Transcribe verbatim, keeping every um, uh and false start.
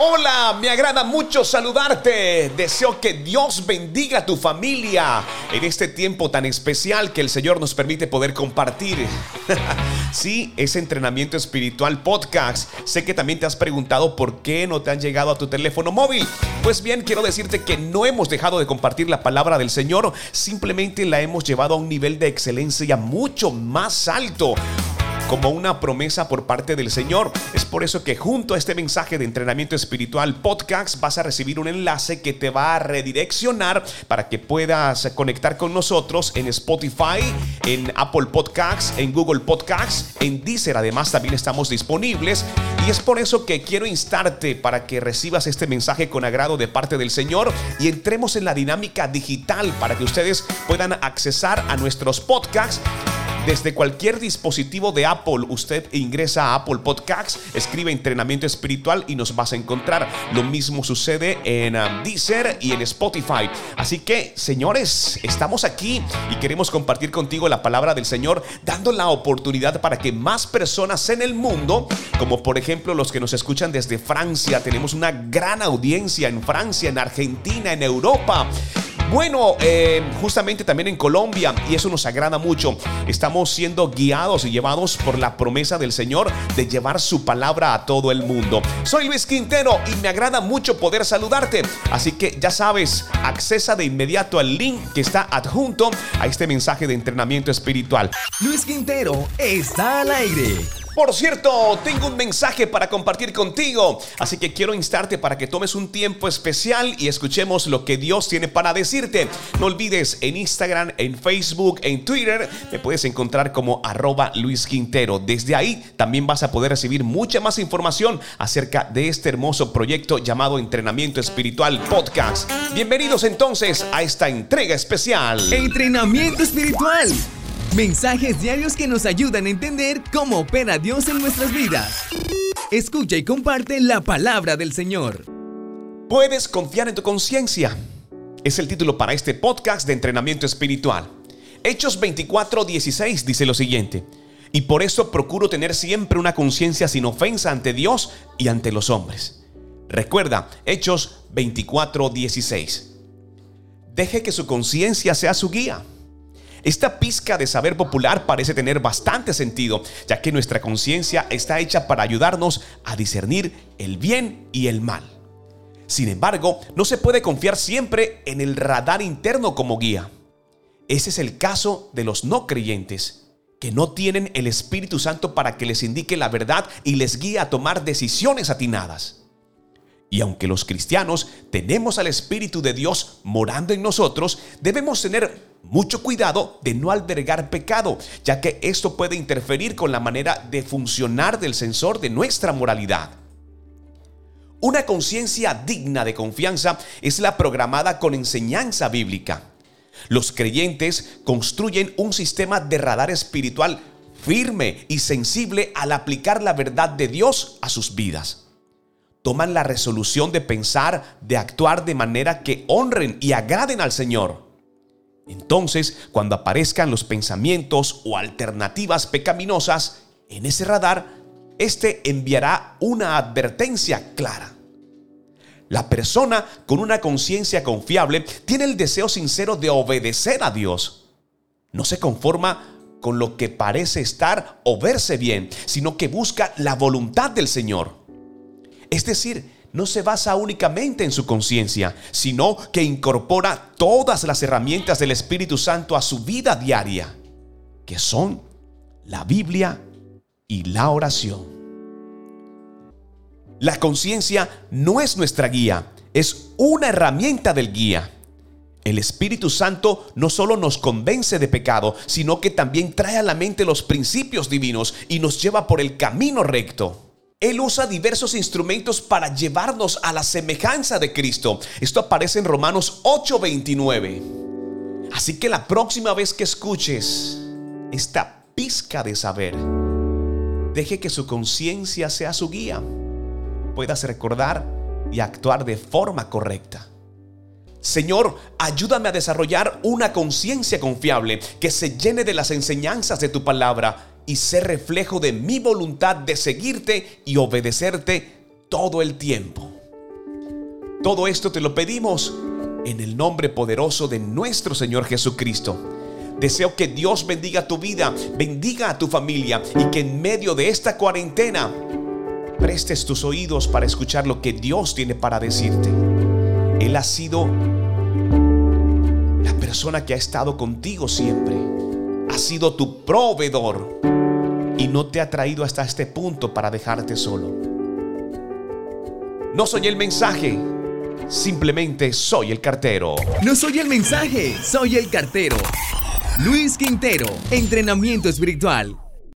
Hola, me agrada mucho saludarte. Deseo que Dios bendiga a tu familia en este tiempo tan especial que el Señor nos permite poder compartir. Sí, es Entrenamiento Espiritual Podcast. Sé que también te has preguntado por qué no te han llegado a tu teléfono móvil. Pues bien, quiero decirte que no hemos dejado de compartir la palabra del Señor. Simplemente la hemos llevado a un nivel de excelencia mucho más alto, como una promesa por parte del Señor. Es por eso que junto a este mensaje de Entrenamiento Espiritual Podcast vas a recibir un enlace que te va a redireccionar para que puedas conectar con nosotros en Spotify, en Apple Podcasts, en Google Podcasts, en Deezer. Además también estamos disponibles, y es por eso que quiero instarte para que recibas este mensaje con agrado de parte del Señor y entremos en la dinámica digital para que ustedes puedan accesar a nuestros podcasts. Desde cualquier dispositivo de Apple, usted ingresa a Apple Podcasts, escribe Entrenamiento Espiritual y nos vas a encontrar. Lo mismo sucede en um, Deezer y en Spotify. Así que, señores, estamos aquí y queremos compartir contigo la palabra del Señor, dando la oportunidad para que más personas en el mundo, como por ejemplo los que nos escuchan desde Francia, tenemos una gran audiencia en Francia, en Argentina, en Europa. Bueno, eh, justamente también en Colombia, y eso nos agrada mucho. Estamos siendo guiados y llevados por la promesa del Señor de llevar su palabra a todo el mundo. Soy Luis Quintero y me agrada mucho poder saludarte. Así que ya sabes, accesa de inmediato al link que está adjunto a este mensaje de entrenamiento espiritual. Luis Quintero está al aire. Por cierto, tengo un mensaje para compartir contigo, así que quiero instarte para que tomes un tiempo especial y escuchemos lo que Dios tiene para decirte. No olvides, en Instagram, en Facebook, en Twitter, me puedes encontrar como arroba Luis Quintero. Desde ahí también vas a poder recibir mucha más información acerca de este hermoso proyecto llamado Entrenamiento Espiritual Podcast. Bienvenidos entonces a esta entrega especial. Entrenamiento Espiritual. Mensajes diarios que nos ayudan a entender cómo opera Dios en nuestras vidas. Escucha y comparte la palabra del Señor. ¿Puedes confiar en tu conciencia? Es el título para este podcast de entrenamiento espiritual. Hechos veinticuatro dieciséis dice lo siguiente: y por eso procuro tener siempre una conciencia sin ofensa ante Dios y ante los hombres. Recuerda, Hechos veinticuatro dieciséis. Deje que su conciencia sea su guía. Esta pizca de saber popular parece tener bastante sentido, ya que nuestra conciencia está hecha para ayudarnos a discernir el bien y el mal. Sin embargo, no se puede confiar siempre en el radar interno como guía. Ese es el caso de los no creyentes, que no tienen el Espíritu Santo para que les indique la verdad y les guíe a tomar decisiones atinadas. Y aunque los cristianos tenemos al Espíritu de Dios morando en nosotros, debemos tener mucho cuidado de no albergar pecado, ya que esto puede interferir con la manera de funcionar del sensor de nuestra moralidad. Una conciencia digna de confianza es la programada con enseñanza bíblica. Los creyentes construyen un sistema de radar espiritual firme y sensible al aplicar la verdad de Dios a sus vidas. Toman la resolución de pensar, de actuar de manera que honren y agraden al Señor. Entonces, cuando aparezcan los pensamientos o alternativas pecaminosas en ese radar, este enviará una advertencia clara. La persona con una conciencia confiable tiene el deseo sincero de obedecer a Dios. No se conforma con lo que parece estar o verse bien, sino que busca la voluntad del Señor. Es decir, no se basa únicamente en su conciencia, sino que incorpora todas las herramientas del Espíritu Santo a su vida diaria, que son la Biblia y la oración. La conciencia no es nuestra guía, es una herramienta del guía. El Espíritu Santo no solo nos convence de pecado, sino que también trae a la mente los principios divinos y nos lleva por el camino recto. Él usa diversos instrumentos para llevarnos a la semejanza de Cristo. Esto aparece en Romanos ocho veintinueve. Así que la próxima vez que escuches esta pizca de saber, deje que su conciencia sea su guía. Puedas recordar y actuar de forma correcta. Señor, ayúdame a desarrollar una conciencia confiable que se llene de las enseñanzas de tu palabra y ser reflejo de mi voluntad de seguirte y obedecerte todo el tiempo. Todo esto te lo pedimos en el nombre poderoso de nuestro Señor Jesucristo. Deseo que Dios bendiga tu vida, bendiga a tu familia y que en medio de esta cuarentena prestes tus oídos para escuchar lo que Dios tiene para decirte. Él ha sido la persona que ha estado contigo siempre. Ha sido tu proveedor y no te ha traído hasta este punto para dejarte solo. No soy el mensaje, simplemente soy el cartero. No soy el mensaje, soy el cartero. Luis Quintero, entrenamiento espiritual.